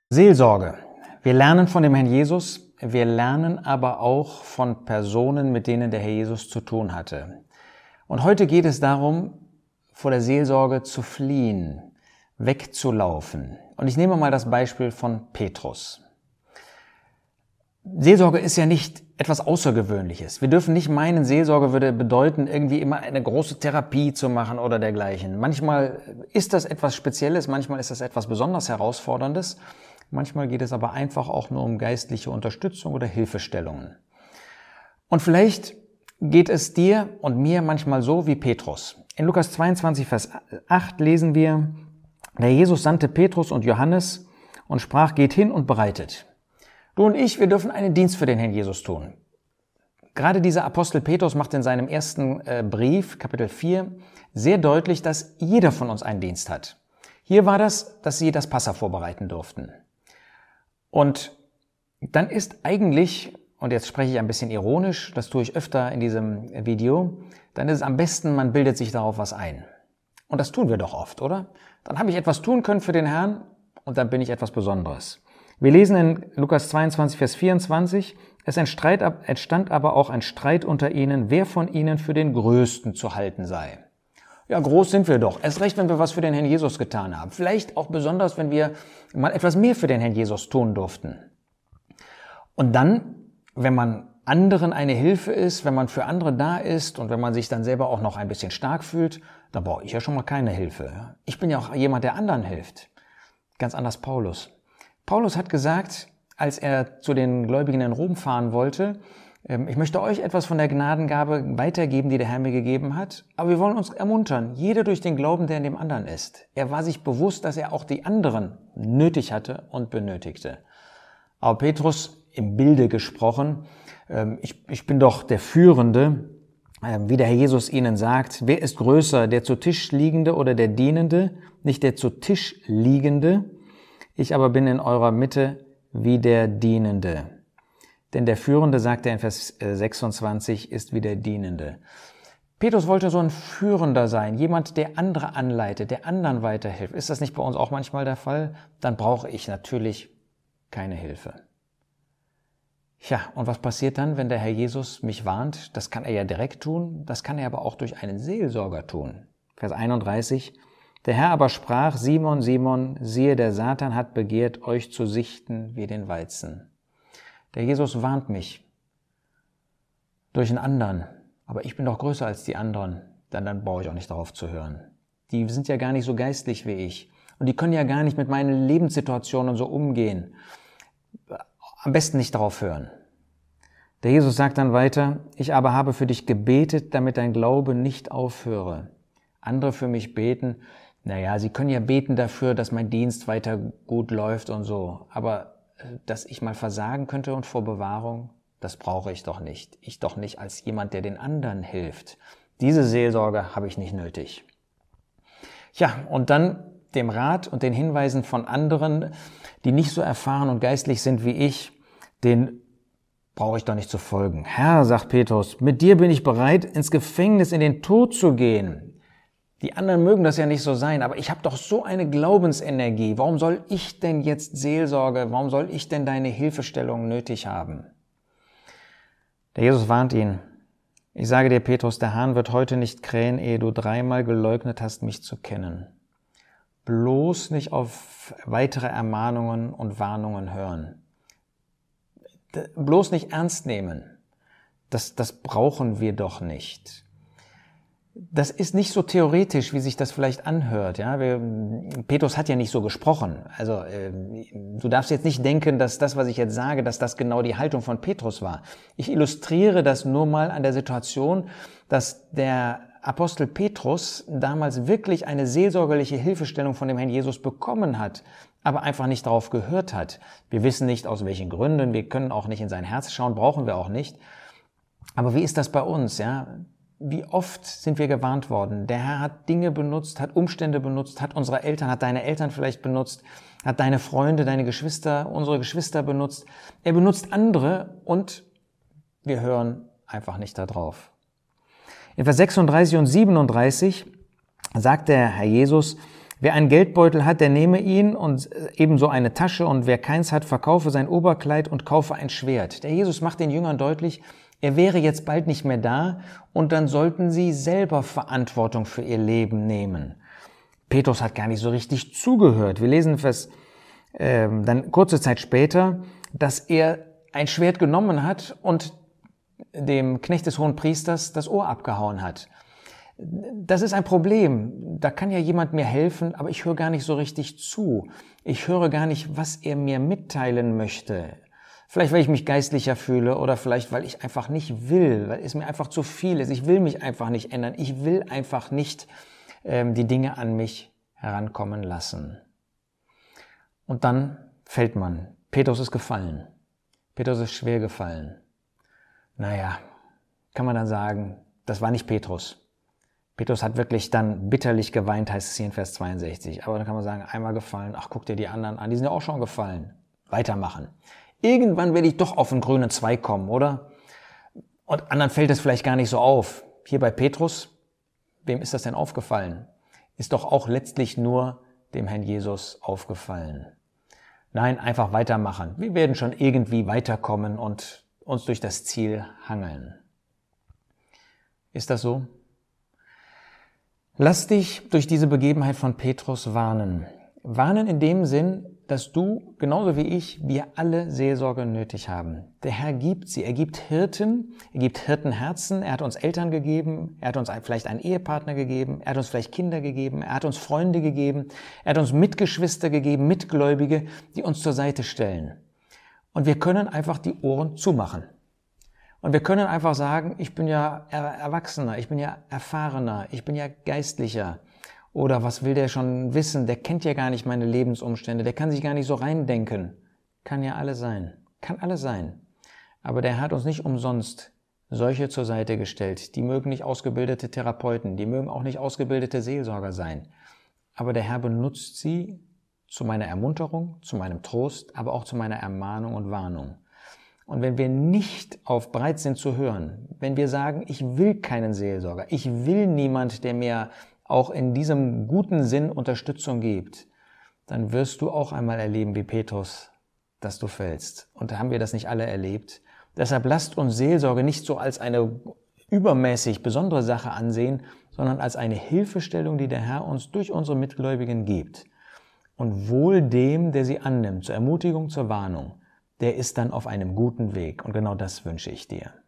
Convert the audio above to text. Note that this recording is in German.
Seelsorge. Wir lernen von dem Herrn Jesus, wir lernen aber auch von Personen, mit denen der Herr Jesus zu tun hatte. Und heute geht es darum, vor der Seelsorge zu fliehen, wegzulaufen. Und ich nehme mal das Beispiel von Petrus. Seelsorge ist ja nicht etwas Außergewöhnliches. Wir dürfen nicht meinen, Seelsorge würde bedeuten, irgendwie immer eine große Therapie zu machen oder dergleichen. Manchmal ist das etwas Spezielles, manchmal ist das etwas besonders Herausforderndes. Manchmal geht es aber einfach auch nur um geistliche Unterstützung oder Hilfestellungen. Und vielleicht geht es dir und mir manchmal so wie Petrus. In Lukas 22, Vers 8 lesen wir, der Jesus sandte Petrus und Johannes und sprach, geht hin und bereitet. Du und ich, wir dürfen einen Dienst für den Herrn Jesus tun. Gerade dieser Apostel Petrus macht in seinem ersten Brief, Kapitel 4, sehr deutlich, dass jeder von uns einen Dienst hat. Hier war das, dass sie das Passa vorbereiten durften. Und dann ist eigentlich, und jetzt spreche ich ein bisschen ironisch, das tue ich öfter in diesem Video, dann ist es am besten, man bildet sich darauf was ein. Und das tun wir doch oft, oder? Dann habe ich etwas tun können für den Herrn und dann bin ich etwas Besonderes. Wir lesen in Lukas 22, Vers 24, es entstand aber auch ein Streit unter ihnen, wer von ihnen für den Größten zu halten sei. Ja, groß sind wir doch. Erst recht, wenn wir was für den Herrn Jesus getan haben. Vielleicht auch besonders, wenn wir mal etwas mehr für den Herrn Jesus tun durften. Und dann, wenn man anderen eine Hilfe ist, wenn man für andere da ist und wenn man sich dann selber auch noch ein bisschen stark fühlt, dann brauche ich ja schon mal keine Hilfe. Ich bin ja auch jemand, der anderen hilft. Ganz anders Paulus. Paulus hat gesagt, als er zu den Gläubigen in Rom fahren wollte, ich möchte euch etwas von der Gnadengabe weitergeben, die der Herr mir gegeben hat, aber wir wollen uns ermuntern, jeder durch den Glauben, der in dem anderen ist. Er war sich bewusst, dass er auch die anderen nötig hatte und benötigte. Aber Petrus, im Bilde gesprochen, ich bin doch der Führende, wie der Herr Jesus ihnen sagt, wer ist größer, der zu Tisch liegende oder der Dienende, nicht der zu Tisch liegende, ich aber bin in eurer Mitte wie der Dienende. Denn der Führende, sagt er in Vers 26, ist wie der Dienende. Petrus wollte so ein Führender sein, jemand, der andere anleitet, der anderen weiterhilft. Ist das nicht bei uns auch manchmal der Fall? Dann brauche ich natürlich keine Hilfe. Ja, und was passiert dann, wenn der Herr Jesus mich warnt? Das kann er ja direkt tun, das kann er aber auch durch einen Seelsorger tun. Vers 31, der Herr aber sprach, Simon, Simon, siehe, der Satan hat begehrt, euch zu sichten wie den Weizen. Der Jesus warnt mich durch einen anderen, aber ich bin doch größer als die anderen, dann brauche ich auch nicht darauf zu hören. Die sind ja gar nicht so geistlich wie ich und die können ja gar nicht mit meinen Lebenssituationen so umgehen. Am besten nicht darauf hören. Der Jesus sagt dann weiter, ich aber habe für dich gebetet, damit dein Glaube nicht aufhöre. Andere für mich beten, naja, sie können ja beten dafür, dass mein Dienst weiter gut läuft und so, aber dass ich mal versagen könnte und vor Bewahrung, das brauche ich doch nicht. Ich doch nicht als jemand, der den anderen hilft. Diese Seelsorge habe ich nicht nötig. Ja, und dann dem Rat und den Hinweisen von anderen, die nicht so erfahren und geistlich sind wie ich, den brauche ich doch nicht zu folgen. Herr, sagt Petrus, mit dir bin ich bereit, ins Gefängnis, in den Tod zu gehen. Die anderen mögen das ja nicht so sein, aber ich habe doch so eine Glaubensenergie. Warum soll ich denn jetzt Seelsorge, warum soll ich denn deine Hilfestellung nötig haben? Der Jesus warnt ihn. Ich sage dir, Petrus, der Hahn wird heute nicht krähen, ehe du 3-mal geleugnet hast, mich zu kennen. Bloß nicht auf weitere Ermahnungen und Warnungen hören. Bloß nicht ernst nehmen. Das brauchen wir doch nicht. Das ist nicht so theoretisch, wie sich das vielleicht anhört. Ja? Petrus hat ja nicht so gesprochen. Also du darfst jetzt nicht denken, dass das, was ich jetzt sage, dass das genau die Haltung von Petrus war. Ich illustriere das nur mal an der Situation, dass der Apostel Petrus damals wirklich eine seelsorgerliche Hilfestellung von dem Herrn Jesus bekommen hat, aber einfach nicht darauf gehört hat. Wir wissen nicht, aus welchen Gründen, wir können auch nicht in sein Herz schauen, brauchen wir auch nicht. Aber wie ist das bei uns? Ja? Wie oft sind wir gewarnt worden? Der Herr hat Dinge benutzt, hat Umstände benutzt, hat unsere Eltern, hat deine Eltern vielleicht benutzt, hat deine Freunde, deine Geschwister, unsere Geschwister benutzt. Er benutzt andere und wir hören einfach nicht da drauf. In Vers 36 und 37 sagt der Herr Jesus, Wer einen Geldbeutel hat, der nehme ihn und ebenso eine Tasche, und wer keins hat, verkaufe sein Oberkleid und kaufe ein Schwert. Der Jesus macht den Jüngern deutlich, er wäre jetzt bald nicht mehr da und dann sollten sie selber Verantwortung für ihr Leben nehmen. Petrus hat gar nicht so richtig zugehört. Wir lesen dann kurze Zeit später, dass er ein Schwert genommen hat und dem Knecht des Hohenpriesters das Ohr abgehauen hat. Das ist ein Problem. Da kann ja jemand mir helfen, aber ich höre gar nicht so richtig zu. Ich höre gar nicht, was er mir mitteilen möchte. Vielleicht, weil ich mich geistlicher fühle oder vielleicht, weil ich einfach nicht will, weil es mir einfach zu viel ist. Ich will mich einfach nicht ändern. Ich will einfach nicht die Dinge an mich herankommen lassen. Und dann fällt man. Petrus ist gefallen. Petrus ist schwer gefallen. Naja, kann man dann sagen, das war nicht Petrus. Petrus hat wirklich dann bitterlich geweint, heißt es hier in Vers 62. Aber dann kann man sagen, einmal gefallen, ach, guck dir die anderen an, die sind ja auch schon gefallen. Weitermachen. Irgendwann werde ich doch auf einen grünen Zweig kommen, oder? Und anderen fällt es vielleicht gar nicht so auf. Hier bei Petrus, wem ist das denn aufgefallen? Ist doch auch letztlich nur dem Herrn Jesus aufgefallen. Nein, einfach weitermachen. Wir werden schon irgendwie weiterkommen und uns durch das Ziel hangeln. Ist das so? Lass dich durch diese Begebenheit von Petrus warnen. Warnen in dem Sinn, dass du, genauso wie ich, wir alle Seelsorge nötig haben. Der Herr gibt sie. Er gibt Hirten, er gibt Hirtenherzen, er hat uns Eltern gegeben, er hat uns vielleicht einen Ehepartner gegeben, er hat uns vielleicht Kinder gegeben, er hat uns Freunde gegeben, er hat uns Mitgeschwister gegeben, Mitgläubige, die uns zur Seite stellen. Und wir können einfach die Ohren zumachen. Und wir können einfach sagen, ich bin ja Erwachsener, ich bin ja erfahrener, ich bin ja geistlicher. Oder was will der schon wissen? Der kennt ja gar nicht meine Lebensumstände, der kann sich gar nicht so reindenken. Kann ja alles sein, kann alles sein. Aber der hat uns nicht umsonst solche zur Seite gestellt. Die mögen nicht ausgebildete Therapeuten, die mögen auch nicht ausgebildete Seelsorger sein. Aber der Herr benutzt sie zu meiner Ermunterung, zu meinem Trost, aber auch zu meiner Ermahnung und Warnung. Und wenn wir nicht bereit sind zu hören, wenn wir sagen, ich will keinen Seelsorger, ich will niemand, der mir auch in diesem guten Sinn Unterstützung gibt, dann wirst du auch einmal erleben wie Petrus, dass du fällst. Und haben wir das nicht alle erlebt? Deshalb lasst uns Seelsorge nicht so als eine übermäßig besondere Sache ansehen, sondern als eine Hilfestellung, die der Herr uns durch unsere Mitgläubigen gibt. Und wohl dem, der sie annimmt, zur Ermutigung, zur Warnung, der ist dann auf einem guten Weg. Und genau das wünsche ich dir.